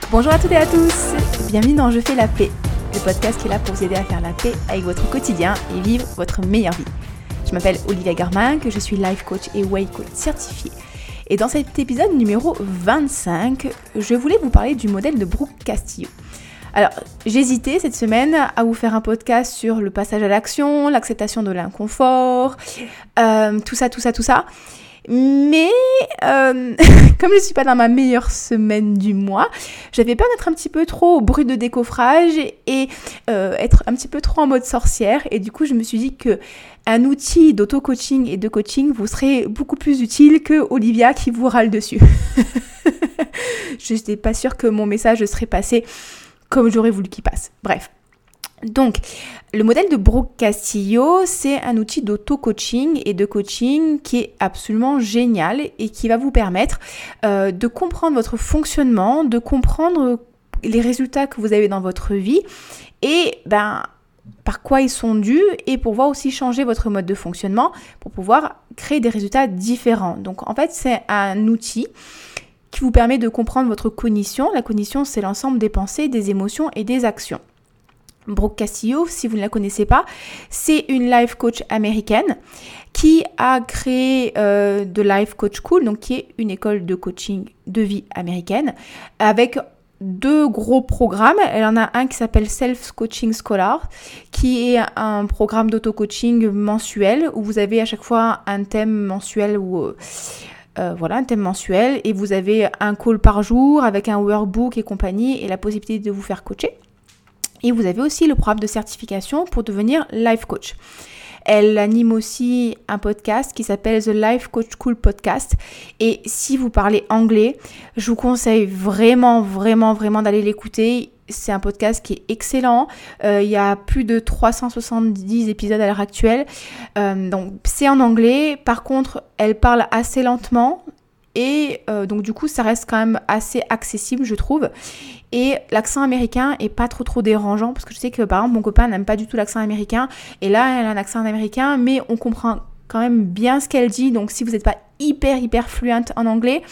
Bonjour à toutes et à tous, bienvenue dans Je fais la paix, le podcast qui est là pour vous aider à faire la paix avec votre quotidien et vivre votre meilleure vie. Je m'appelle Olivia Garmin, que je suis life coach et way coach certifiée. Et dans cet épisode numéro 25, je voulais vous parler du modèle de Brooke Castillo. Alors, j'hésitais cette semaine à vous faire un podcast sur le passage à l'action, l'acceptation de l'inconfort, tout ça. Mais comme je ne suis pas dans ma meilleure semaine du mois, j'avais peur d'être un petit peu trop au bruit de décoffrage et être un petit peu trop en mode sorcière. Et du coup, je me suis dit qu'un outil d'auto-coaching et de coaching vous serait beaucoup plus utile que Olivia qui vous râle dessus. Je n'étais pas sûre que mon message serait passé comme j'aurais voulu qu'il passe. Bref. Donc, le modèle de Brooke Castillo, c'est un outil d'auto-coaching et de coaching qui est absolument génial et qui va vous permettre de comprendre votre fonctionnement, de comprendre les résultats que vous avez dans votre vie et par quoi ils sont dus et pour pouvoir aussi changer votre mode de fonctionnement pour pouvoir créer des résultats différents. Donc, en fait, c'est un outil qui vous permet de comprendre votre cognition. La cognition, c'est l'ensemble des pensées, des émotions et des actions. Brooke Castillo, si vous ne la connaissez pas, c'est une life coach américaine qui a créé The Life Coach School, donc qui est une école de coaching de vie américaine, avec 2 gros programmes. Elle en a un qui s'appelle Self Coaching Scholar, qui est un programme d'auto-coaching mensuel où vous avez à chaque fois un thème mensuel un thème mensuel et vous avez un call par jour avec un workbook et compagnie et la possibilité de vous faire coacher. Et vous avez aussi le programme de certification pour devenir life coach. Elle anime aussi un podcast qui s'appelle The Life Coach School Podcast. Et si vous parlez anglais, je vous conseille vraiment d'aller l'écouter. C'est un podcast qui est excellent. Il y a plus de 370 épisodes à l'heure actuelle. Donc c'est en anglais. Par contre, elle parle assez lentement. Et donc du coup, ça reste quand même assez accessible, je trouve. Et l'accent américain est pas trop dérangeant parce que je sais que par exemple mon copain n'aime pas du tout l'accent américain et là elle a un accent américain mais on comprend quand même bien ce qu'elle dit. Donc si vous n'êtes pas hyper fluent en anglais,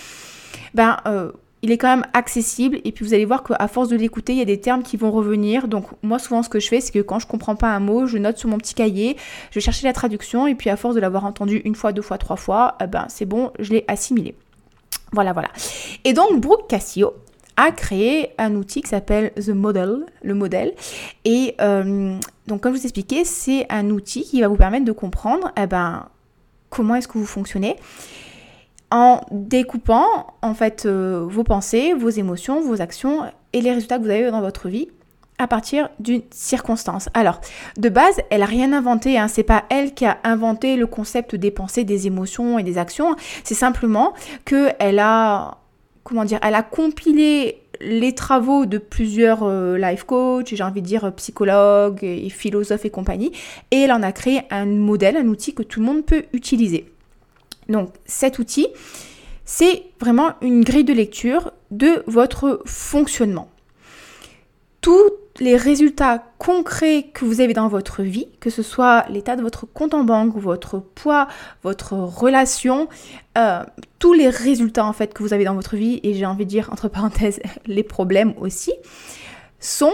il est quand même accessible et puis vous allez voir qu'à force de l'écouter, il y a des termes qui vont revenir. Donc moi souvent ce que je fais, c'est que quand je comprends pas un mot, je note sur mon petit cahier, je vais chercher la traduction et puis à force de l'avoir entendu 1 fois, 2 fois, 3 fois, c'est bon, je l'ai assimilé. Voilà. Et donc Brooke Castillo a créé un outil qui s'appelle The Model, le modèle. Et donc comme je vous expliquais, c'est un outil qui va vous permettre de comprendre comment est-ce que vous fonctionnez en découpant en fait vos pensées, vos émotions, vos actions et les résultats que vous avez dans votre vie à partir d'une circonstance. Alors, de base, elle n'a rien inventé, c'est pas elle qui a inventé le concept des pensées, des émotions et des actions, c'est simplement qu'elle a compilé les travaux de plusieurs life coach, j'ai envie de dire psychologues et philosophes et compagnie, et elle en a créé un modèle, un outil que tout le monde peut utiliser. Donc cet outil, c'est vraiment une grille de lecture de votre fonctionnement. Tous les résultats concrets que vous avez dans votre vie, que ce soit l'état de votre compte en banque, votre poids, votre relation, tous les résultats en fait que vous avez dans votre vie, et j'ai envie de dire entre parenthèses les problèmes aussi, sont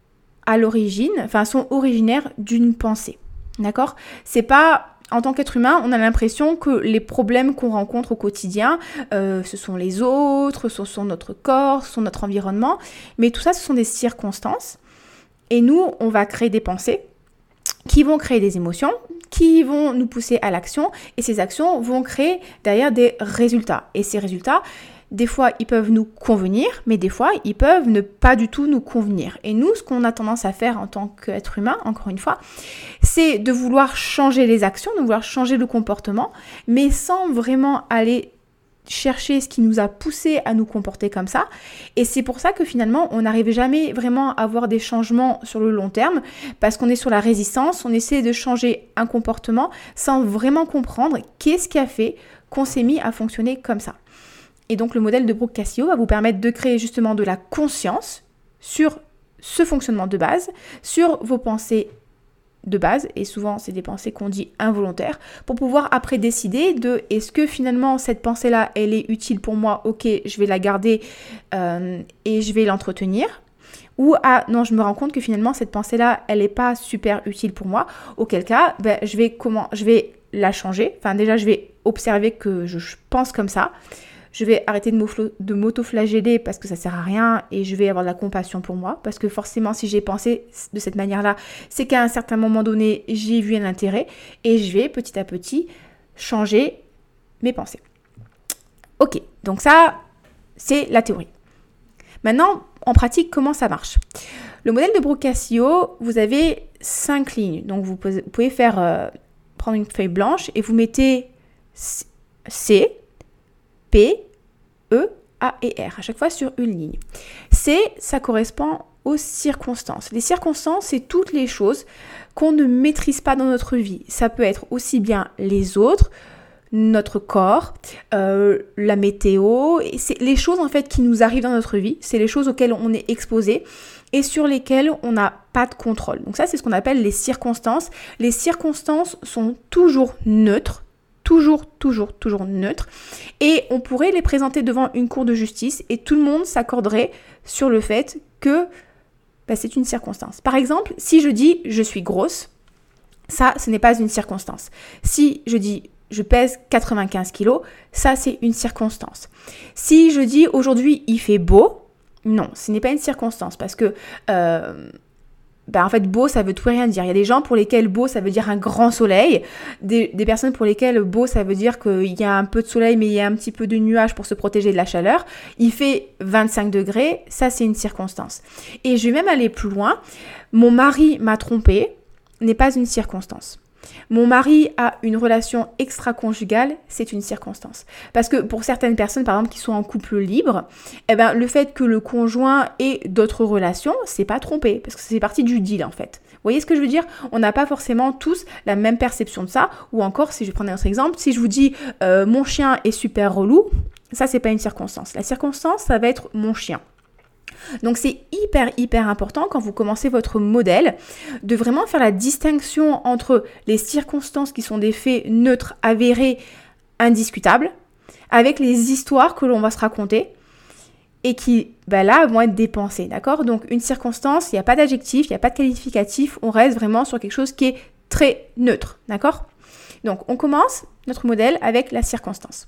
originaires d'une pensée. D'accord ? C'est pas en tant qu'être humain, on a l'impression que les problèmes qu'on rencontre au quotidien, ce sont les autres, ce sont notre corps, ce sont notre environnement, mais tout ça, ce sont des circonstances. Et nous, on va créer des pensées qui vont créer des émotions, qui vont nous pousser à l'action, et ces actions vont créer derrière des résultats. Et ces résultats, des fois, ils peuvent nous convenir, mais des fois, ils peuvent ne pas du tout nous convenir. Et nous, ce qu'on a tendance à faire en tant qu'être humain, encore une fois, c'est de vouloir changer les actions, de vouloir changer le comportement, mais sans vraiment aller chercher ce qui nous a poussé à nous comporter comme ça. Et c'est pour ça que finalement, on n'arrive jamais vraiment à avoir des changements sur le long terme, parce qu'on est sur la résistance, on essaie de changer un comportement sans vraiment comprendre qu'est-ce qui a fait qu'on s'est mis à fonctionner comme ça. Et donc le modèle de Brooke Castillo va vous permettre de créer justement de la conscience sur ce fonctionnement de base, sur vos pensées de base, et souvent c'est des pensées qu'on dit involontaires, pour pouvoir après décider de est-ce que finalement cette pensée-là, elle est utile pour moi, ok, je vais la garder et je vais l'entretenir, ou ah non, je me rends compte que finalement cette pensée-là, elle n'est pas super utile pour moi, auquel cas, je vais la changer, enfin déjà je vais observer que je pense comme ça, je vais arrêter de m'auto-flageller parce que ça sert à rien et je vais avoir de la compassion pour moi parce que forcément si j'ai pensé de cette manière-là, c'est qu'à un certain moment donné, j'ai vu un intérêt et je vais petit à petit changer mes pensées. Ok, donc ça, c'est la théorie. Maintenant, en pratique, comment ça marche ? Le modèle de Brocassio, vous avez 5 lignes. Donc vous pouvez prendre une feuille blanche et vous mettez C, P, E, A et R, à chaque fois sur une ligne. C, ça correspond aux circonstances. Les circonstances, c'est toutes les choses qu'on ne maîtrise pas dans notre vie. Ça peut être aussi bien les autres, notre corps, la météo, et c'est les choses en fait qui nous arrivent dans notre vie, c'est les choses auxquelles on est exposé et sur lesquelles on n'a pas de contrôle. Donc ça, c'est ce qu'on appelle les circonstances. Les circonstances sont toujours neutres, toujours neutre, et on pourrait les présenter devant une cour de justice et tout le monde s'accorderait sur le fait que c'est une circonstance. Par exemple, si je dis je suis grosse, ça, ce n'est pas une circonstance. Si je dis je pèse 95 kilos, ça c'est une circonstance. Si je dis aujourd'hui il fait beau, non, ce n'est pas une circonstance parce que en fait, beau, ça veut tout et rien dire. Il y a des gens pour lesquels beau, ça veut dire un grand soleil. Des personnes pour lesquelles beau, ça veut dire qu'il y a un peu de soleil, mais il y a un petit peu de nuages pour se protéger de la chaleur. Il fait 25 degrés, ça, c'est une circonstance. Et je vais même aller plus loin. Mon mari m'a trompée n'est pas une circonstance. Mon mari a une relation extra-conjugale, c'est une circonstance. Parce que pour certaines personnes, par exemple, qui sont en couple libre, le fait que le conjoint ait d'autres relations, c'est pas trompé, parce que c'est partie du deal en fait. Vous voyez ce que je veux dire ? On n'a pas forcément tous la même perception de ça, ou encore, si je prends un autre exemple, si je vous dis mon chien est super relou, ça c'est pas une circonstance. La circonstance, ça va être mon chien. Donc c'est hyper important quand vous commencez votre modèle de vraiment faire la distinction entre les circonstances qui sont des faits neutres, avérés, indiscutables, avec les histoires que l'on va se raconter et qui là vont être des pensées, d'accord ? Donc une circonstance, il n'y a pas d'adjectif, il n'y a pas de qualificatif, on reste vraiment sur quelque chose qui est très neutre, d'accord ? Donc on commence notre modèle avec la circonstance.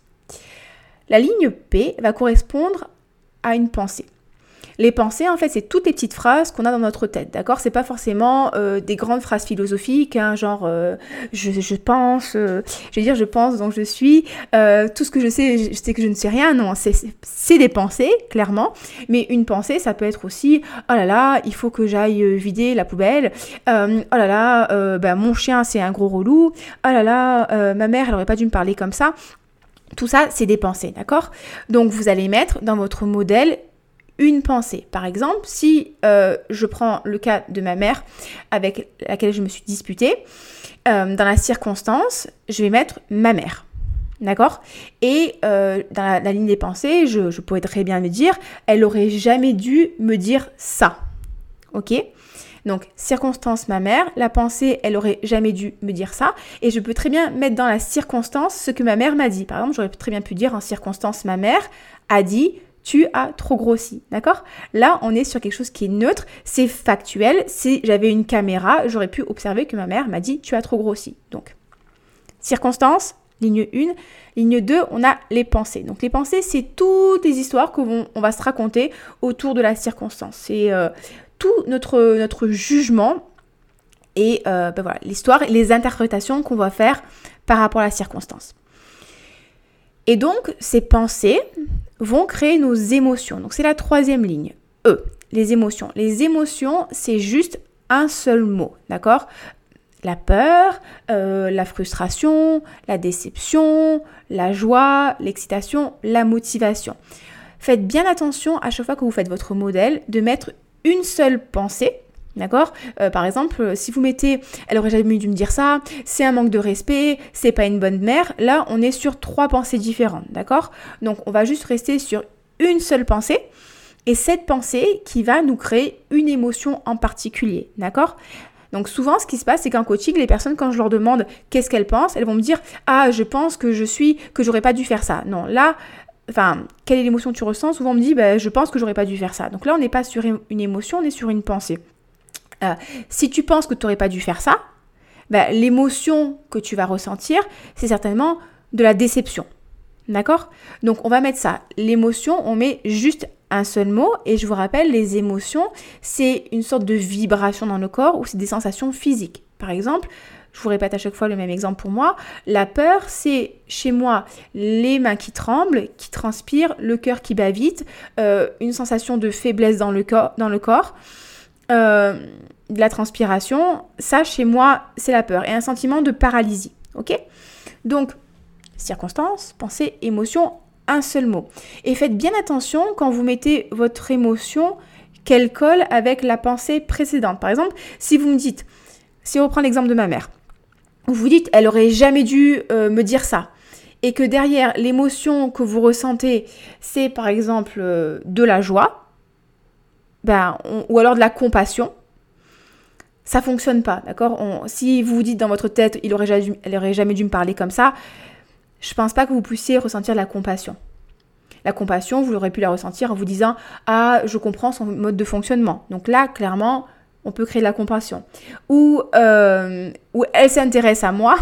La ligne P va correspondre à une pensée. Les pensées, en fait, c'est toutes les petites phrases qu'on a dans notre tête, d'accord ? C'est pas forcément des grandes phrases philosophiques, genre je pense, je pense donc je suis, tout ce que je sais que je ne sais rien, non, c'est des pensées, clairement, mais une pensée, ça peut être aussi, oh là là, il faut que j'aille vider la poubelle, oh là là, mon chien, c'est un gros relou, oh là là, ma mère, elle aurait pas dû me parler comme ça. Tout ça, c'est des pensées, d'accord ? Donc, vous allez mettre dans votre modèle une pensée. Par exemple, si je prends le cas de ma mère avec laquelle je me suis disputée, dans la circonstance, je vais mettre ma mère. D'accord ? Et dans la ligne des pensées, je pourrais très bien me dire, elle aurait jamais dû me dire ça. Ok ? Donc, circonstance, ma mère, la pensée, elle aurait jamais dû me dire ça, et je peux très bien mettre dans la circonstance ce que ma mère m'a dit. Par exemple, j'aurais très bien pu dire en circonstance, ma mère a dit, tu as trop grossi, d'accord ? Là, on est sur quelque chose qui est neutre, c'est factuel. Si j'avais une caméra, j'aurais pu observer que ma mère m'a dit, tu as trop grossi. Donc, circonstance, ligne 1. Ligne 2, on a les pensées. Donc, les pensées, c'est toutes les histoires qu'on va se raconter autour de la circonstance. C'est tout notre jugement et voilà, l'histoire et les interprétations qu'on va faire par rapport à la circonstance. Et donc, ces pensées vont créer nos émotions. Donc, c'est la 3e ligne. E, les émotions. Les émotions, c'est juste un seul mot, d'accord ? La peur, la frustration, la déception, la joie, l'excitation, la motivation. Faites bien attention à chaque fois que vous faites votre modèle de mettre une seule pensée. D'accord ? Par exemple, si vous mettez « elle aurait jamais dû me dire ça »,« c'est un manque de respect »,« c'est pas une bonne mère », là, on est sur 3 pensées différentes, d'accord ? Donc, on va juste rester sur une seule pensée et cette pensée qui va nous créer une émotion en particulier, d'accord ? Donc souvent, ce qui se passe, c'est qu'en coaching, les personnes, quand je leur demande qu'est-ce qu'elles pensent, elles vont me dire « Ah, je pense que j'aurais pas dû faire ça. » Non, là, quelle est l'émotion que tu ressens ? Souvent, on me dit « Je pense que j'aurais pas dû faire ça. » Donc là, on n'est pas sur une émotion, on est sur une pensée. Si tu penses que tu n'aurais pas dû faire ça, l'émotion que tu vas ressentir, c'est certainement de la déception. D'accord ? Donc, on va mettre ça. L'émotion, on met juste un seul mot. Et je vous rappelle, les émotions, c'est une sorte de vibration dans le corps ou c'est des sensations physiques. Par exemple, je vous répète à chaque fois le même exemple pour moi. La peur, c'est chez moi les mains qui tremblent, qui transpirent, le cœur qui bat vite, une sensation de faiblesse dans le corps, de la transpiration. Ça, chez moi, c'est la peur. Et un sentiment de paralysie. Ok ? Donc, circonstance, pensée, émotion, un seul mot. Et faites bien attention quand vous mettez votre émotion qu'elle colle avec la pensée précédente. Par exemple, si vous me dites, si on reprend l'exemple de ma mère, vous dites, elle aurait jamais dû me dire ça. Et que derrière, l'émotion que vous ressentez, c'est par exemple de la joie, ou alors de la compassion, ça fonctionne pas, d'accord ? Si vous vous dites dans votre tête, elle aurait jamais dû me parler comme ça, je pense pas que vous puissiez ressentir la compassion. La compassion, vous aurez pu la ressentir en vous disant « Ah, je comprends son mode de fonctionnement. » Donc là, clairement, on peut créer de la compassion. Ou elle s'intéresse à moi.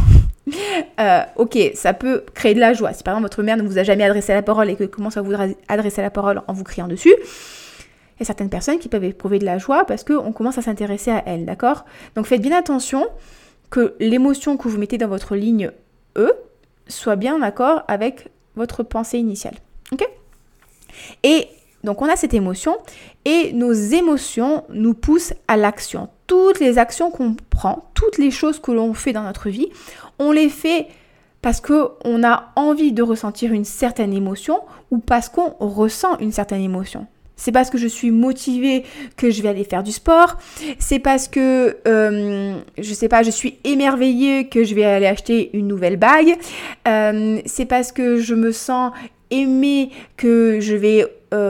Ok, ça peut créer de la joie. Si par exemple, votre mère ne vous a jamais adressé la parole et qu'elle commence à vous adresser la parole en vous criant dessus, il y a certaines personnes qui peuvent éprouver de la joie parce qu'on commence à s'intéresser à elle, d'accord ? Donc faites bien attention que l'émotion que vous mettez dans votre ligne E soit bien en accord avec votre pensée initiale. Ok ? Et donc on a cette émotion et nos émotions nous poussent à l'action. Toutes les actions qu'on prend, toutes les choses que l'on fait dans notre vie, on les fait parce qu'on a envie de ressentir une certaine émotion ou parce qu'on ressent une certaine émotion. C'est parce que je suis motivée que je vais aller faire du sport. C'est parce que, je suis émerveillée que je vais aller acheter une nouvelle bague. C'est parce que je me sens aimée que je vais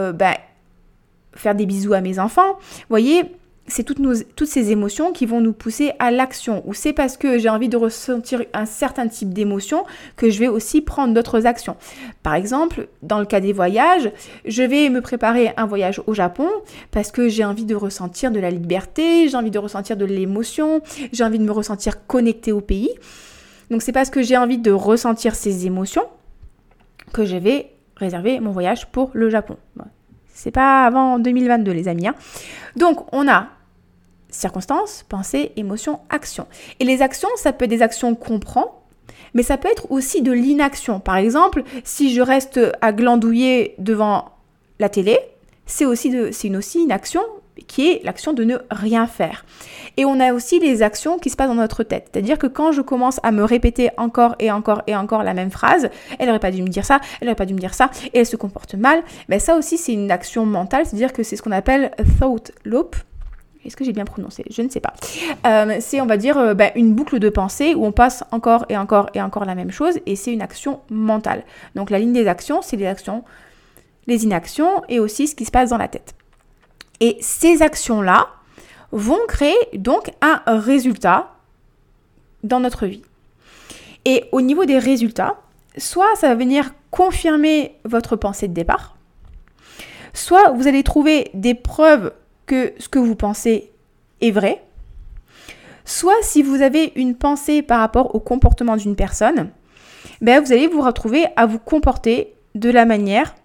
faire des bisous à mes enfants. Vous voyez, c'est toutes ces émotions qui vont nous pousser à l'action. Ou c'est parce que j'ai envie de ressentir un certain type d'émotion que je vais aussi prendre d'autres actions. Par exemple, dans le cas des voyages, je vais me préparer un voyage au Japon parce que j'ai envie de ressentir de la liberté, j'ai envie de ressentir de l'émotion, j'ai envie de me ressentir connectée au pays. Donc c'est parce que j'ai envie de ressentir ces émotions que je vais réserver mon voyage pour le Japon. Bon. C'est pas avant 2022, les amis. Donc, on a circonstances, pensée, émotion, action. Et les actions, ça peut être des actions qu'on prend, mais ça peut être aussi de l'inaction. Par exemple, si je reste à glandouiller devant la télé, c'est aussi une action qui est l'action de ne rien faire. Et on a aussi les actions qui se passent dans notre tête. C'est-à-dire que quand je commence à me répéter encore et encore et encore la même phrase, elle n'aurait pas dû me dire ça, elle n'aurait pas dû me dire ça, et elle se comporte mal, ça aussi c'est une action mentale, c'est-à-dire que c'est ce qu'on appelle thought loop. Est-ce que j'ai bien prononcé ? Je ne sais pas. C'est, on va dire, une boucle de pensée où on passe encore et encore et encore la même chose, et c'est une action mentale. Donc la ligne des actions, c'est les actions, les inactions, et aussi ce qui se passe dans la tête. Et ces actions-là vont créer donc un résultat dans notre vie. Et au niveau des résultats, soit ça va venir confirmer votre pensée de départ, soit vous allez trouver des preuves que ce que vous pensez est vrai, soit si vous avez une pensée par rapport au comportement d'une personne, vous allez vous retrouver à vous comporter de la manière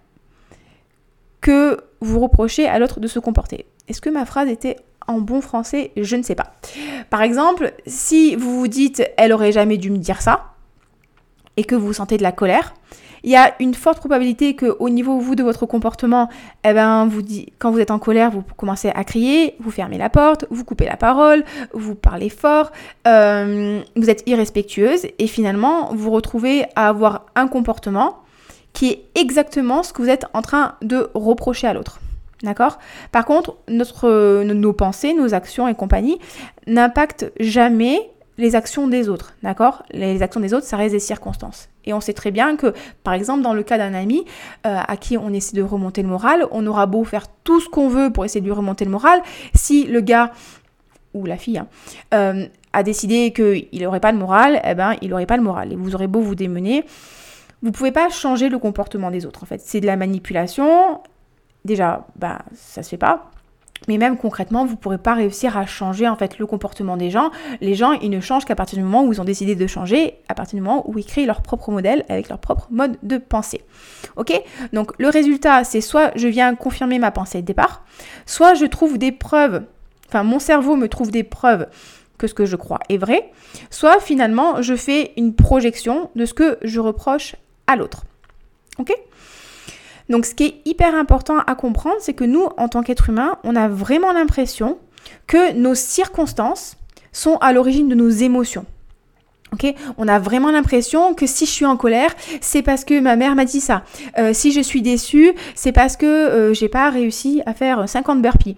que vous reprochez à l'autre de se comporter. Est-ce que ma phrase était en bon français ? Je ne sais pas. Par exemple, si vous vous dites « elle aurait jamais dû me dire ça » et que vous sentez de la colère, il y a une forte probabilité qu'au niveau de votre comportement, quand vous êtes en colère, vous commencez à crier, vous fermez la porte, vous coupez la parole, vous parlez fort, vous êtes irrespectueuse et finalement, vous vous retrouvez à avoir un comportement qui est exactement ce que vous êtes en train de reprocher à l'autre. D'accord ? Par contre, nos pensées, nos actions et compagnie n'impactent jamais les actions des autres. D'accord ? Les actions des autres, ça reste des circonstances. Et on sait très bien que, par exemple, dans le cas d'un ami à qui on essaie de remonter le moral, on aura beau faire tout ce qu'on veut pour essayer de lui remonter le moral. Si le gars ou la fille, a décidé qu'il n'aurait pas le moral, il n'aurait pas le moral. Et vous aurez beau vous démener, vous ne pouvez pas changer le comportement des autres, en fait. C'est de la manipulation. Déjà, ça se fait pas. Mais même concrètement, vous ne pourrez pas réussir à changer, en fait, le comportement des gens. Les gens, ils ne changent qu'à partir du moment où ils ont décidé de changer, à partir du moment où ils créent leur propre modèle avec leur propre mode de pensée. Ok ? Donc, le résultat, c'est soit je viens confirmer ma pensée de départ, soit je trouve des preuves, mon cerveau me trouve des preuves que ce que je crois est vrai, soit finalement, je fais une projection de ce que je reproche à l'autre. Ok ? Donc, ce qui est hyper important à comprendre, c'est que nous, en tant qu'êtres humains, on a vraiment l'impression que nos circonstances sont à l'origine de nos émotions. Ok ? On a vraiment l'impression que si je suis en colère, c'est parce que ma mère m'a dit ça. Si je suis déçue, c'est parce que j'ai pas réussi à faire 50 burpees.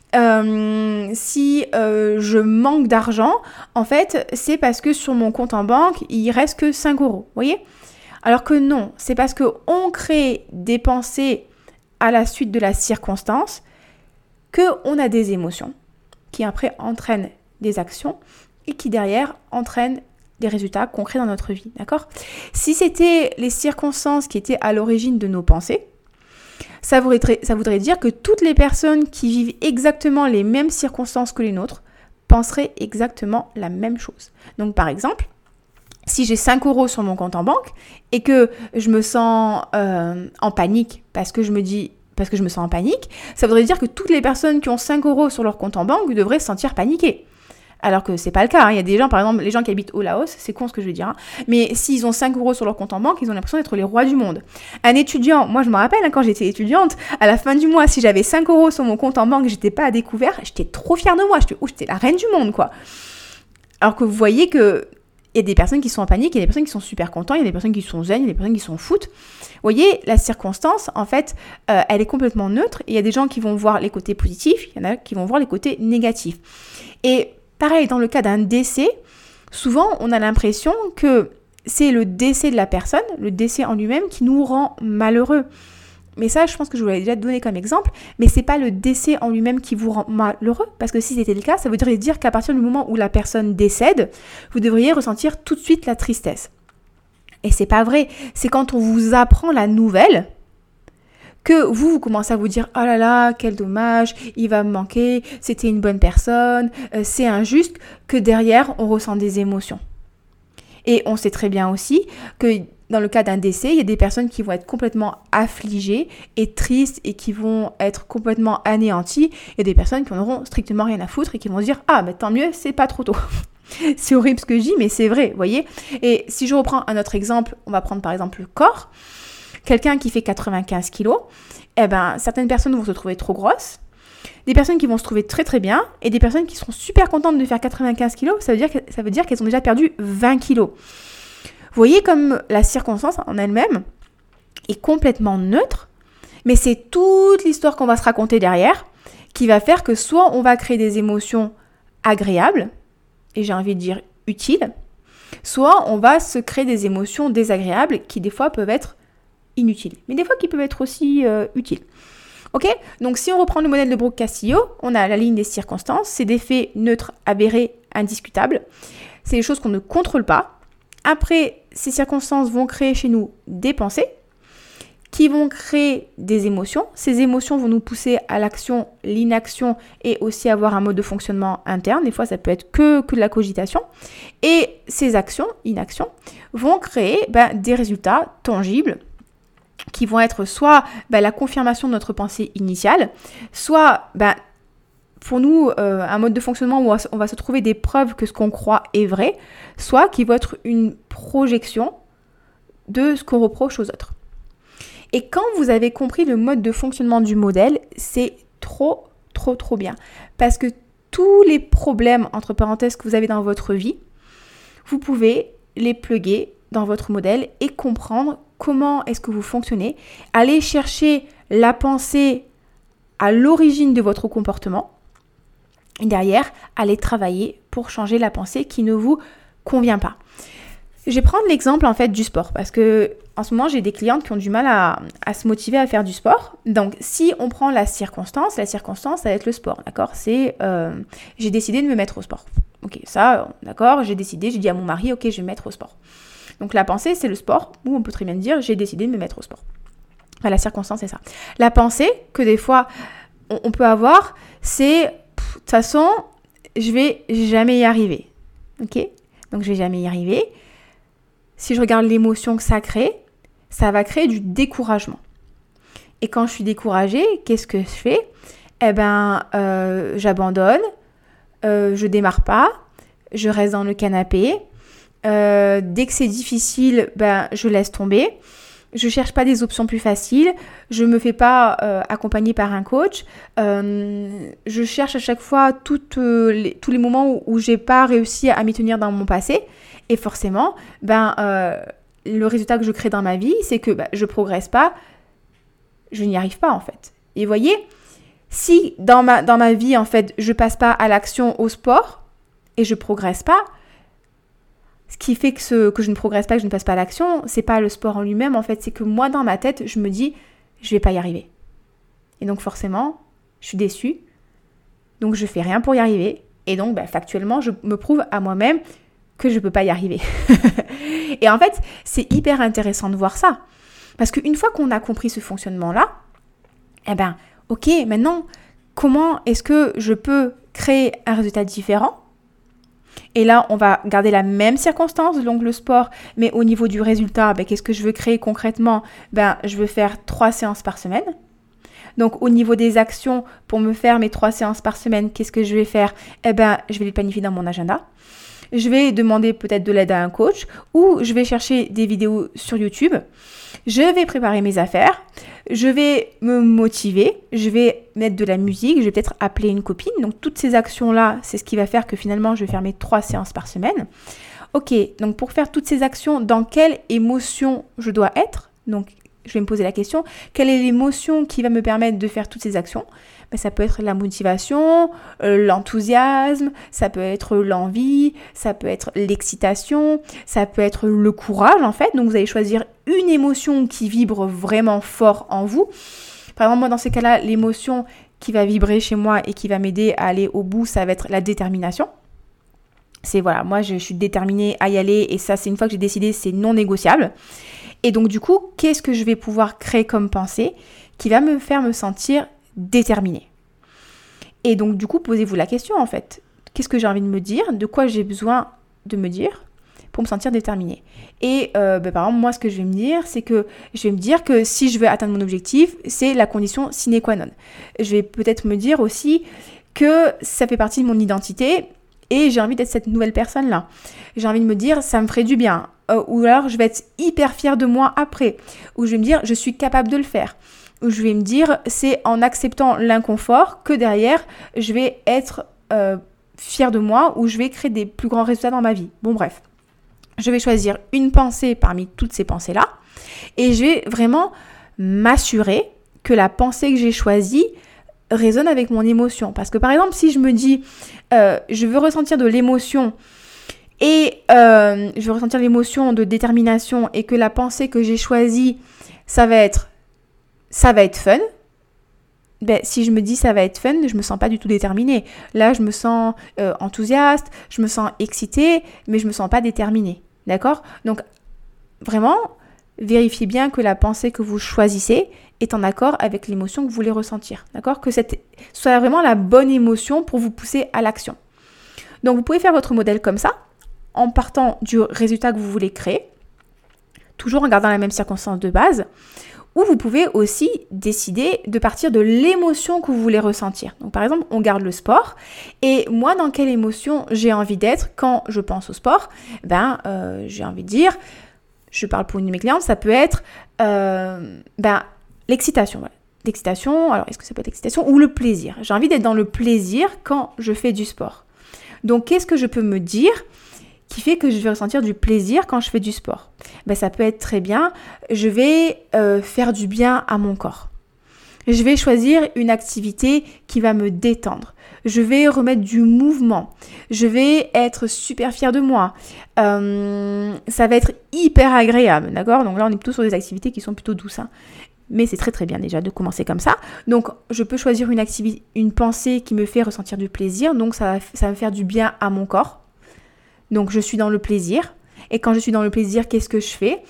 Si je manque d'argent, en fait, c'est parce que sur mon compte en banque, il reste que 5 €. Vous voyez ? Alors que non, c'est parce qu'on crée des pensées à la suite de la circonstance qu'on a des émotions qui après entraînent des actions et qui derrière entraînent des résultats concrets dans notre vie, d'accord ? Si c'était les circonstances qui étaient à l'origine de nos pensées, ça voudrait dire que toutes les personnes qui vivent exactement les mêmes circonstances que les nôtres penseraient exactement la même chose. Donc par exemple, si j'ai 5 € sur mon compte en banque et que je me sens en panique parce que je me sens en panique, ça voudrait dire que toutes les personnes qui ont 5 € sur leur compte en banque devraient se sentir paniquées. Alors que c'est pas le cas. Il y a des gens, par exemple, les gens qui habitent au Laos, c'est con ce que je veux dire, mais s'ils ont 5 € sur leur compte en banque, ils ont l'impression d'être les rois du monde. Un étudiant, moi je me rappelle quand j'étais étudiante, à la fin du mois, si j'avais 5 € sur mon compte en banque et j'étais pas à découvert, j'étais trop fière de moi. J'étais la reine du monde, quoi. Alors que vous voyez que il y a des personnes qui sont en panique, il y a des personnes qui sont super contents, il y a des personnes qui sont zen, il y a des personnes qui sont foot. Vous voyez, la circonstance, en fait, elle est complètement neutre. Et il y a des gens qui vont voir les côtés positifs, il y en a qui vont voir les côtés négatifs. Et pareil, dans le cas d'un décès, souvent, on a l'impression que c'est le décès de la personne, le décès en lui-même, qui nous rend malheureux. Mais ça, je pense que je vous l'avais déjà donné comme exemple, mais c'est pas le décès en lui-même qui vous rend malheureux, parce que si c'était le cas, ça voudrait dire qu'à partir du moment où la personne décède, vous devriez ressentir tout de suite la tristesse. Et c'est pas vrai, c'est quand on vous apprend la nouvelle que vous commencez à vous dire « Oh là là, quel dommage, il va me manquer, c'était une bonne personne, c'est injuste », que derrière, on ressent des émotions. Et on sait très bien aussi que dans le cas d'un décès, il y a des personnes qui vont être complètement affligées et tristes et qui vont être complètement anéanties. Il y a des personnes qui n'en auront strictement rien à foutre et qui vont se dire « Ah, mais tant mieux, c'est pas trop tôt ». C'est horrible ce que je dis, mais c'est vrai, vous voyez. Et si je reprends un autre exemple, on va prendre par exemple le corps. Quelqu'un qui fait 95 kilos, certaines personnes vont se trouver trop grosses. Des personnes qui vont se trouver très très bien et des personnes qui seront super contentes de faire 95 kilos, ça veut dire qu'elles ont déjà perdu 20 kilos. Vous voyez comme la circonstance en elle-même est complètement neutre, mais c'est toute l'histoire qu'on va se raconter derrière qui va faire que soit on va créer des émotions agréables, et j'ai envie de dire utiles, soit on va se créer des émotions désagréables qui des fois peuvent être inutiles, mais des fois qui peuvent être aussi utiles. Ok ? Donc si on reprend le modèle de Brooke-Castillo, on a la ligne des circonstances, c'est des faits neutres, avérés, indiscutables. C'est des choses qu'on ne contrôle pas. Après, ces circonstances vont créer chez nous des pensées qui vont créer des émotions. Ces émotions vont nous pousser à l'action, l'inaction et aussi avoir un mode de fonctionnement interne. Des fois, ça peut être que de la cogitation. Et ces actions, inactions, vont créer des résultats tangibles qui vont être soit la confirmation de notre pensée initiale, soit pour nous un mode de fonctionnement où on va se trouver des preuves que ce qu'on croit est vrai, soit qui va être une projection de ce qu'on reproche aux autres. Et quand vous avez compris le mode de fonctionnement du modèle, c'est trop bien. Parce que tous les problèmes, entre parenthèses, que vous avez dans votre vie, vous pouvez les plugger dans votre modèle et comprendre comment est-ce que vous fonctionnez. Aller chercher la pensée à l'origine de votre comportement et derrière, aller travailler pour changer la pensée qui ne vous convient pas. Je vais prendre l'exemple en fait du sport parce que en ce moment, j'ai des clientes qui ont du mal à se motiver à faire du sport. Donc, si on prend la circonstance, ça va être le sport, d'accord ? C'est, j'ai décidé de me mettre au sport. Ok, ça, d'accord, j'ai dit à mon mari, ok, je vais me mettre au sport. Donc, la pensée, c'est le sport, ou on peut très bien dire, j'ai décidé de me mettre au sport. Enfin, la circonstance, c'est ça. La pensée que des fois, on peut avoir, c'est, de toute façon, je vais jamais y arriver. Ok ? Donc, je vais jamais y arriver. Si je regarde l'émotion que ça crée, ça va créer du découragement. Et quand je suis découragée, qu'est-ce que je fais ? J'abandonne, je démarre pas, je reste dans le canapé. Dès que c'est difficile, je laisse tomber. Je cherche pas des options plus faciles. Je me fais pas accompagner par un coach. Je cherche à chaque fois tous les moments où j'ai pas réussi à m'y tenir dans mon passé. Et forcément, le résultat que je crée dans ma vie, c'est que je progresse pas, je n'y arrive pas en fait. Et voyez, si dans ma vie, en fait, je passe pas à l'action au sport et je progresse pas, ce qui fait que je ne progresse pas, que je ne passe pas à l'action, c'est pas le sport en lui-même, en fait, c'est que moi, dans ma tête, je me dis, je vais pas y arriver. Et donc forcément, je suis déçue, donc je fais rien pour y arriver, et donc factuellement, je me prouve à moi-même que je peux pas y arriver. Et en fait, c'est hyper intéressant de voir ça. Parce qu'une fois qu'on a compris ce fonctionnement-là, ok, maintenant, comment est-ce que je peux créer un résultat différent ? Et là, on va garder la même circonstance, donc le sport, mais au niveau du résultat, qu'est-ce que je veux créer concrètement ? Je veux faire 3 séances par semaine. Donc, au niveau des actions, pour me faire mes 3 séances par semaine, qu'est-ce que je vais faire ? Je vais les planifier dans mon agenda. Je vais demander peut-être de l'aide à un coach ou je vais chercher des vidéos sur YouTube. Je vais préparer mes affaires. Je vais me motiver. Je vais mettre de la musique. Je vais peut-être appeler une copine. Donc, toutes ces actions-là, c'est ce qui va faire que finalement, je vais faire mes 3 séances par semaine. Ok, donc pour faire toutes ces actions, dans quelle émotion je dois être ? Donc, je vais me poser la question, quelle est l'émotion qui va me permettre de faire toutes ces actions ? Ça peut être la motivation, l'enthousiasme, ça peut être l'envie, ça peut être l'excitation, ça peut être le courage en fait. Donc vous allez choisir une émotion qui vibre vraiment fort en vous. Par exemple, moi dans ces cas-là, l'émotion qui va vibrer chez moi et qui va m'aider à aller au bout, ça va être la détermination. C'est voilà, moi je suis déterminée à y aller et ça c'est une fois que j'ai décidé, c'est non négociable. Et donc du coup, qu'est-ce que je vais pouvoir créer comme pensée qui va me faire me sentir déterminée ? Et donc du coup, posez-vous la question en fait. Qu'est-ce que j'ai envie de me dire ? De quoi j'ai besoin de me dire pour me sentir déterminée ? Et par exemple, moi ce que je vais me dire, c'est que je vais me dire que si je veux atteindre mon objectif, c'est la condition sine qua non. Je vais peut-être me dire aussi que ça fait partie de mon identité et j'ai envie d'être cette nouvelle personne-là. J'ai envie de me dire, ça me ferait du bien. Ou alors, je vais être hyper fière de moi après. Ou je vais me dire, je suis capable de le faire. Ou je vais me dire, c'est en acceptant l'inconfort que derrière, je vais être fière de moi ou je vais créer des plus grands résultats dans ma vie. Bon, bref. Je vais choisir une pensée parmi toutes ces pensées-là et je vais vraiment m'assurer que la pensée que j'ai choisie résonne avec mon émotion. Parce que par exemple, si je me dis, je veux ressentir de l'émotion et je veux ressentir l'émotion de détermination et que la pensée que j'ai choisie, ça va être fun. Si je me dis ça va être fun, je me sens pas du tout déterminée. Là, je me sens enthousiaste, je me sens excitée, mais je me sens pas déterminée. D'accord ? Donc, vraiment, vérifiez bien que la pensée que vous choisissez est en accord avec l'émotion que vous voulez ressentir. D'accord ? Que cette soit vraiment la bonne émotion pour vous pousser à l'action. Donc, vous pouvez faire votre modèle comme ça, en partant du résultat que vous voulez créer, toujours en gardant la même circonstance de base, ou vous pouvez aussi décider de partir de l'émotion que vous voulez ressentir. Donc par exemple, on garde le sport, et moi, dans quelle émotion j'ai envie d'être quand je pense au sport ? J'ai envie de dire, je parle pour une de mes clientes, ça peut être l'excitation. Voilà. L'excitation, alors est-ce que ça peut être l'excitation ou le plaisir ? J'ai envie d'être dans le plaisir quand je fais du sport. Donc qu'est-ce que je peux me dire qui fait que je vais ressentir du plaisir quand je fais du sport ? Ça peut être très bien, je vais faire du bien à mon corps. Je vais choisir une activité qui va me détendre. je vais remettre du mouvement, je vais être super fière de moi, ça va être hyper agréable, d'accord? Donc là, on est plutôt sur des activités qui sont plutôt douces, hein. Mais c'est très très bien déjà de commencer comme ça. Donc je peux choisir une pensée qui me fait ressentir du plaisir, donc ça va me faire du bien à mon corps. Donc je suis dans le plaisir. Et quand je suis dans le plaisir, qu'est-ce que je fais?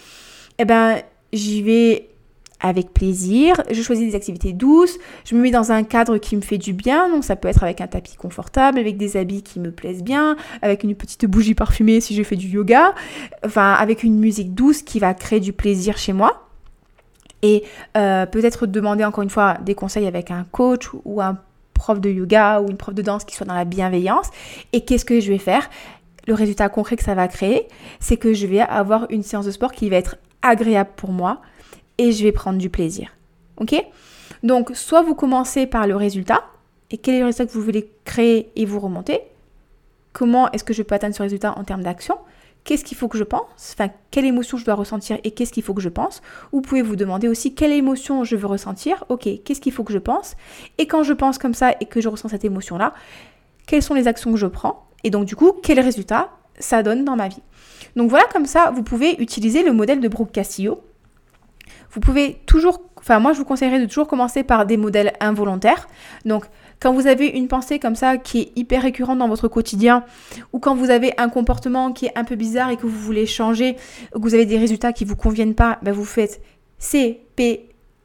J'y vais avec plaisir, je choisis des activités douces, je me mets dans un cadre qui me fait du bien, donc ça peut être avec un tapis confortable, avec des habits qui me plaisent bien, avec une petite bougie parfumée si je fais du yoga, enfin avec une musique douce qui va créer du plaisir chez moi. Et peut-être demander encore une fois des conseils avec un coach ou un prof de yoga ou une prof de danse qui soit dans la bienveillance. Et qu'est-ce que je vais faire? Le résultat concret que ça va créer, c'est que je vais avoir une séance de sport qui va être agréable pour moi et je vais prendre du plaisir. Ok? Donc, soit vous commencez par le résultat et quel est le résultat que vous voulez créer et vous remontez. Comment est-ce que je peux atteindre ce résultat en termes d'action? Qu'est-ce qu'il faut que je pense? Enfin, quelle émotion je dois ressentir et qu'est-ce qu'il faut que je pense? Vous pouvez vous demander aussi quelle émotion je veux ressentir. Ok, qu'est-ce qu'il faut que je pense? Et quand je pense comme ça et que je ressens cette émotion-là, quelles sont les actions que je prends? Et donc du coup, quel résultat ça donne dans ma vie? Donc voilà, comme ça, vous pouvez utiliser le modèle de Brooke Castillo. Vous pouvez toujours, moi je vous conseillerais de toujours commencer par des modèles involontaires. Donc quand vous avez une pensée comme ça qui est hyper récurrente dans votre quotidien ou quand vous avez un comportement qui est un peu bizarre et que vous voulez changer, ou que vous avez des résultats qui ne vous conviennent pas, vous faites CPEAR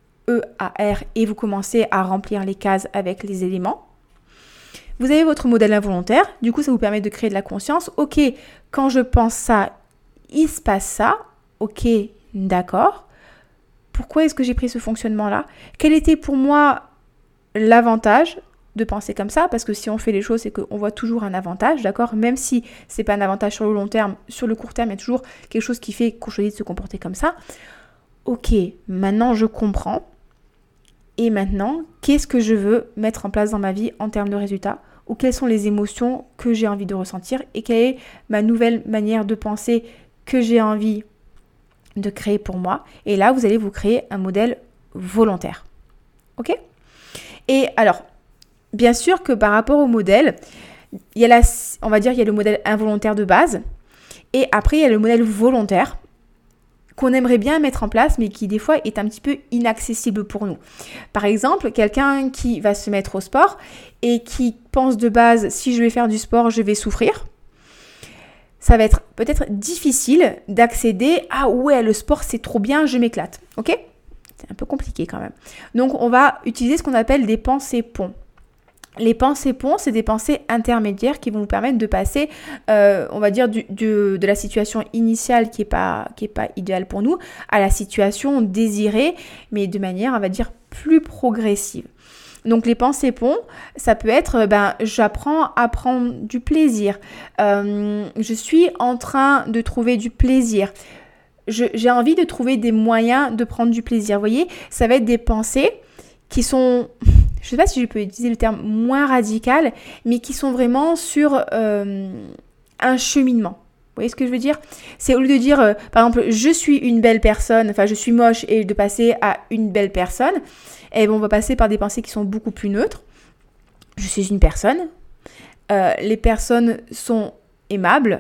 et vous commencez à remplir les cases avec les éléments. Vous avez votre modèle involontaire, du coup ça vous permet de créer de la conscience. Ok, quand je pense ça, il se passe ça. Ok, d'accord. Pourquoi est-ce que j'ai pris ce fonctionnement-là? Quel était pour moi l'avantage de penser comme ça? Parce que si on fait les choses, c'est qu'on voit toujours un avantage, d'accord? Même si c'est pas un avantage sur le long terme, sur le court terme, il y a toujours quelque chose qui fait qu'on choisit de se comporter comme ça. Ok, maintenant je comprends. Et maintenant, qu'est-ce que je veux mettre en place dans ma vie en termes de résultats? Ou quelles sont les émotions que j'ai envie de ressentir? Et quelle est ma nouvelle manière de penser que j'ai envie de créer pour moi? Et là, vous allez vous créer un modèle volontaire. Ok? Et alors, bien sûr que par rapport au modèle, il y a le modèle involontaire de base. Et après, il y a le modèle volontaire qu'on aimerait bien mettre en place, mais qui des fois est un petit peu inaccessible pour nous. Par exemple, quelqu'un qui va se mettre au sport et qui pense de base, si je vais faire du sport, je vais souffrir. Ça va être peut-être difficile d'accéder à « ouais, le sport c'est trop bien, je m'éclate ». Ok ? C'est un peu compliqué quand même. Donc, on va utiliser ce qu'on appelle des pensées ponts. Les pensées ponts, c'est des pensées intermédiaires qui vont vous permettre de passer, on va dire, de la situation initiale qui est pas idéale pour nous, à la situation désirée, mais de manière, on va dire, plus progressive. Donc les pensées ponts, ça peut être, j'apprends à prendre du plaisir. Je suis en train de trouver du plaisir. J'ai envie de trouver des moyens de prendre du plaisir. Vous voyez, ça va être des pensées qui sont, je ne sais pas si je peux utiliser le terme moins radical, mais qui sont vraiment sur un cheminement. Vous voyez ce que je veux dire? C'est au lieu de dire, par exemple, je suis une belle personne, je suis moche, et de passer à une belle personne, on va passer par des pensées qui sont beaucoup plus neutres. Je suis une personne, les personnes sont aimables,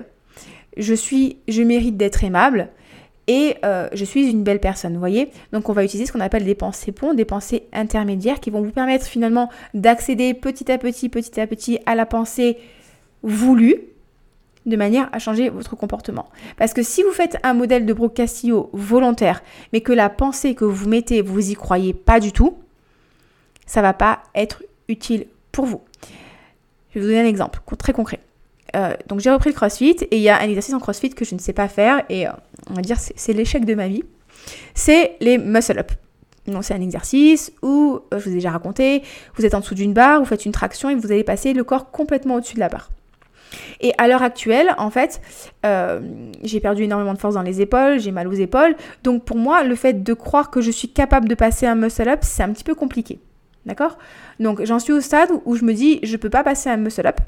je mérite d'être aimable, et je suis une belle personne, vous voyez? Donc on va utiliser ce qu'on appelle des pensées ponts, des pensées intermédiaires qui vont vous permettre finalement d'accéder petit à petit à la pensée voulue, de manière à changer votre comportement. Parce que si vous faites un modèle de Brooke Castillo volontaire, mais que la pensée que vous mettez, vous y croyez pas du tout, ça va pas être utile pour vous. Je vais vous donner un exemple très concret. Donc j'ai repris le CrossFit et il y a un exercice en CrossFit que je ne sais pas faire et on va dire c'est l'échec de ma vie. C'est les muscle-up. Donc c'est un exercice où, je vous ai déjà raconté, vous êtes en dessous d'une barre, vous faites une traction et vous allez passer le corps complètement au-dessus de la barre. Et à l'heure actuelle, en fait, j'ai perdu énormément de force dans les épaules, j'ai mal aux épaules. Donc pour moi, le fait de croire que je suis capable de passer un muscle-up, c'est un petit peu compliqué. D'accord ? Donc j'en suis au stade où je me dis, je ne peux pas passer un muscle-up.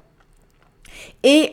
Et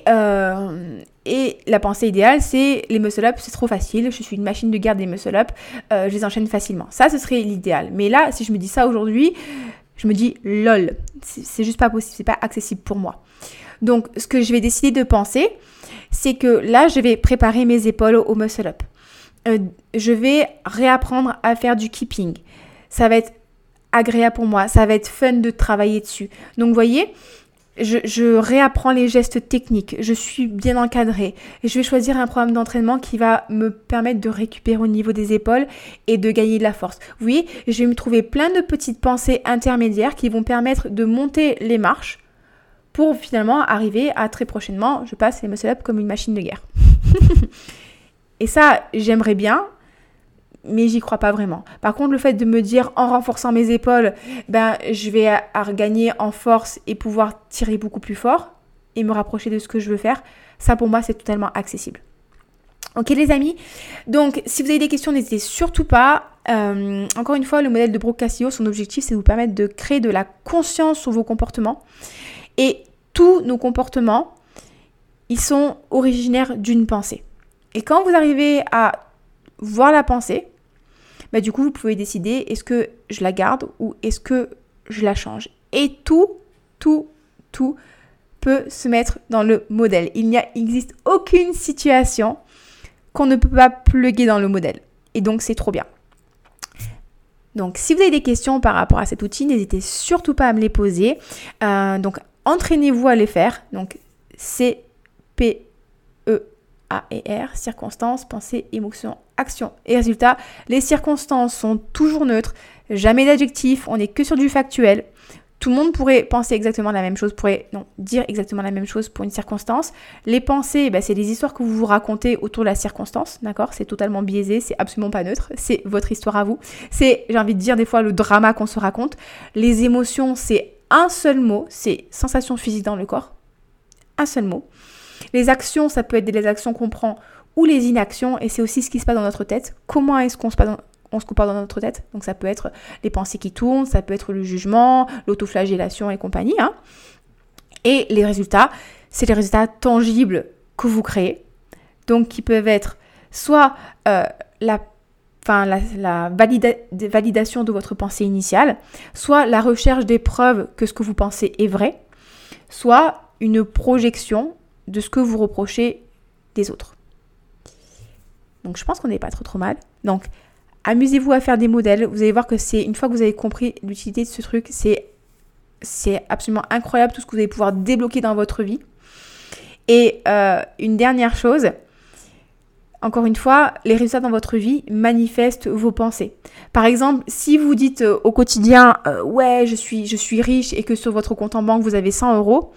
la pensée idéale, c'est les muscle-up, c'est trop facile, je suis une machine de guerre des muscle-up, je les enchaîne facilement. Ça, ce serait l'idéal. Mais là, si je me dis ça aujourd'hui, je me dis lol, c'est juste pas possible, c'est pas accessible pour moi. Donc, ce que je vais décider de penser, c'est que là, je vais préparer mes épaules au muscle-up. Je vais réapprendre à faire du keeping. Ça va être agréable pour moi, ça va être fun de travailler dessus. Donc, vous voyez, je réapprends les gestes techniques, je suis bien encadrée. Et je vais choisir un programme d'entraînement qui va me permettre de récupérer au niveau des épaules et de gagner de la force. Vous voyez, je vais me trouver plein de petites pensées intermédiaires qui vont permettre de monter les marches pour finalement arriver à très prochainement, je passe les muscle-up comme une machine de guerre. Et ça, j'aimerais bien, mais j'y crois pas vraiment. Par contre, le fait de me dire en renforçant mes épaules, je vais gagner en force et pouvoir tirer beaucoup plus fort et me rapprocher de ce que je veux faire, ça pour moi, c'est totalement accessible. Ok les amis, donc si vous avez des questions, n'hésitez surtout pas. Encore une fois, le modèle de Brooke Castillo, son objectif, c'est de vous permettre de créer de la conscience sur vos comportements. Et tous nos comportements, ils sont originaires d'une pensée. Et quand vous arrivez à voir la pensée, du coup, vous pouvez décider, est-ce que je la garde ou est-ce que je la change. Et tout peut se mettre dans le modèle. Il n'existe aucune situation qu'on ne peut pas plugger dans le modèle. Et donc, c'est trop bien. Donc, si vous avez des questions par rapport à cet outil, n'hésitez surtout pas à me les poser. Donc, entraînez-vous à les faire. Donc, CPEAER, circonstances, pensée, émotion, action et résultat. Les circonstances sont toujours neutres, jamais d'adjectif, on n'est que sur du factuel. Tout le monde pourrait penser exactement la même chose, dire exactement la même chose pour une circonstance. Les pensées, c'est les histoires que vous vous racontez autour de la circonstance, d'accord ? C'est totalement biaisé, c'est absolument pas neutre, c'est votre histoire à vous. C'est, j'ai envie de dire des fois, le drama qu'on se raconte. Les émotions, c'est un seul mot, c'est sensation physique dans le corps. Un seul mot. Les actions, ça peut être des actions qu'on prend ou les inactions, et c'est aussi ce qui se passe dans notre tête. Comment est-ce qu'on se comporte dans notre tête? Donc ça peut être les pensées qui tournent, ça peut être le jugement, l'autoflagellation et compagnie. Et les résultats, c'est les résultats tangibles que vous créez. Donc qui peuvent être soit la validation de votre pensée initiale, soit la recherche des preuves que ce que vous pensez est vrai, soit une projection de ce que vous reprochez des autres. Donc, je pense qu'on n'est pas trop mal. Donc, amusez-vous à faire des modèles. Vous allez voir que une fois que vous avez compris l'utilité de ce truc, c'est absolument incroyable tout ce que vous allez pouvoir débloquer dans votre vie. Et une dernière chose, encore une fois, les résultats dans votre vie manifestent vos pensées. Par exemple, si vous dites au quotidien « Ouais, je suis riche » et que sur votre compte en banque, vous avez 100 €,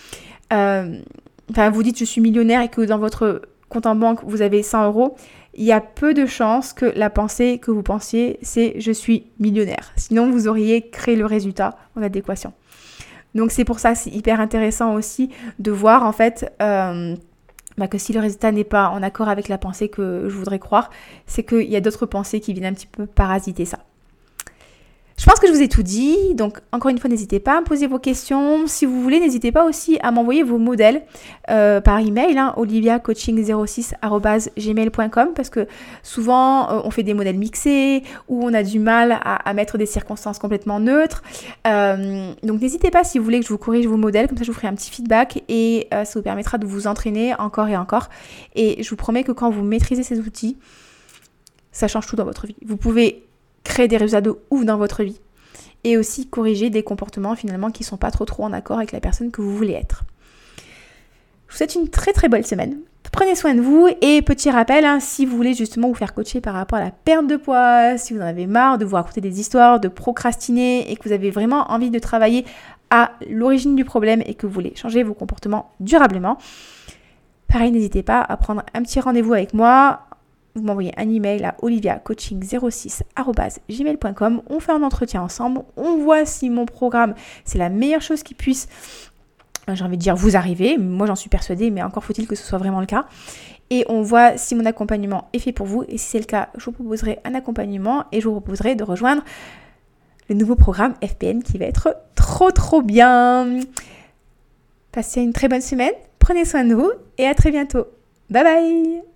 vous dites « Je suis millionnaire » et que dans votre compte en banque, vous avez 100 €, il y a peu de chances que la pensée que vous pensiez, c'est « je suis millionnaire ». Sinon, vous auriez créé le résultat en adéquation. Donc, c'est pour ça que c'est hyper intéressant aussi de voir en fait que si le résultat n'est pas en accord avec la pensée que je voudrais croire, c'est qu'il y a d'autres pensées qui viennent un petit peu parasiter ça. Je pense que je vous ai tout dit, donc encore une fois, n'hésitez pas à me poser vos questions. Si vous voulez, n'hésitez pas aussi à m'envoyer vos modèles par email, oliviacoaching06@gmail.com, parce que souvent, on fait des modèles mixés ou on a du mal à mettre des circonstances complètement neutres. Donc n'hésitez pas si vous voulez que je vous corrige vos modèles, comme ça je vous ferai un petit feedback et ça vous permettra de vous entraîner encore et encore. Et je vous promets que quand vous maîtrisez ces outils, ça change tout dans votre vie. Vous pouvez créer des résultats de ouf dans votre vie et aussi corriger des comportements finalement qui ne sont pas trop en accord avec la personne que vous voulez être. Je vous souhaite une très très belle semaine. Prenez soin de vous et petit rappel, si vous voulez justement vous faire coacher par rapport à la perte de poids, si vous en avez marre de vous raconter des histoires, de procrastiner et que vous avez vraiment envie de travailler à l'origine du problème et que vous voulez changer vos comportements durablement, pareil, n'hésitez pas à prendre un petit rendez-vous avec moi. Vous m'envoyez un email à oliviacoaching06@gmail.com. On fait un entretien ensemble. On voit si mon programme, c'est la meilleure chose qui puisse, j'ai envie de dire, vous arriver. Moi, j'en suis persuadée, mais encore faut-il que ce soit vraiment le cas. Et on voit si mon accompagnement est fait pour vous. Et si c'est le cas, je vous proposerai un accompagnement et je vous proposerai de rejoindre le nouveau programme FPN qui va être trop bien. Passez une très bonne semaine. Prenez soin de vous et à très bientôt. Bye bye!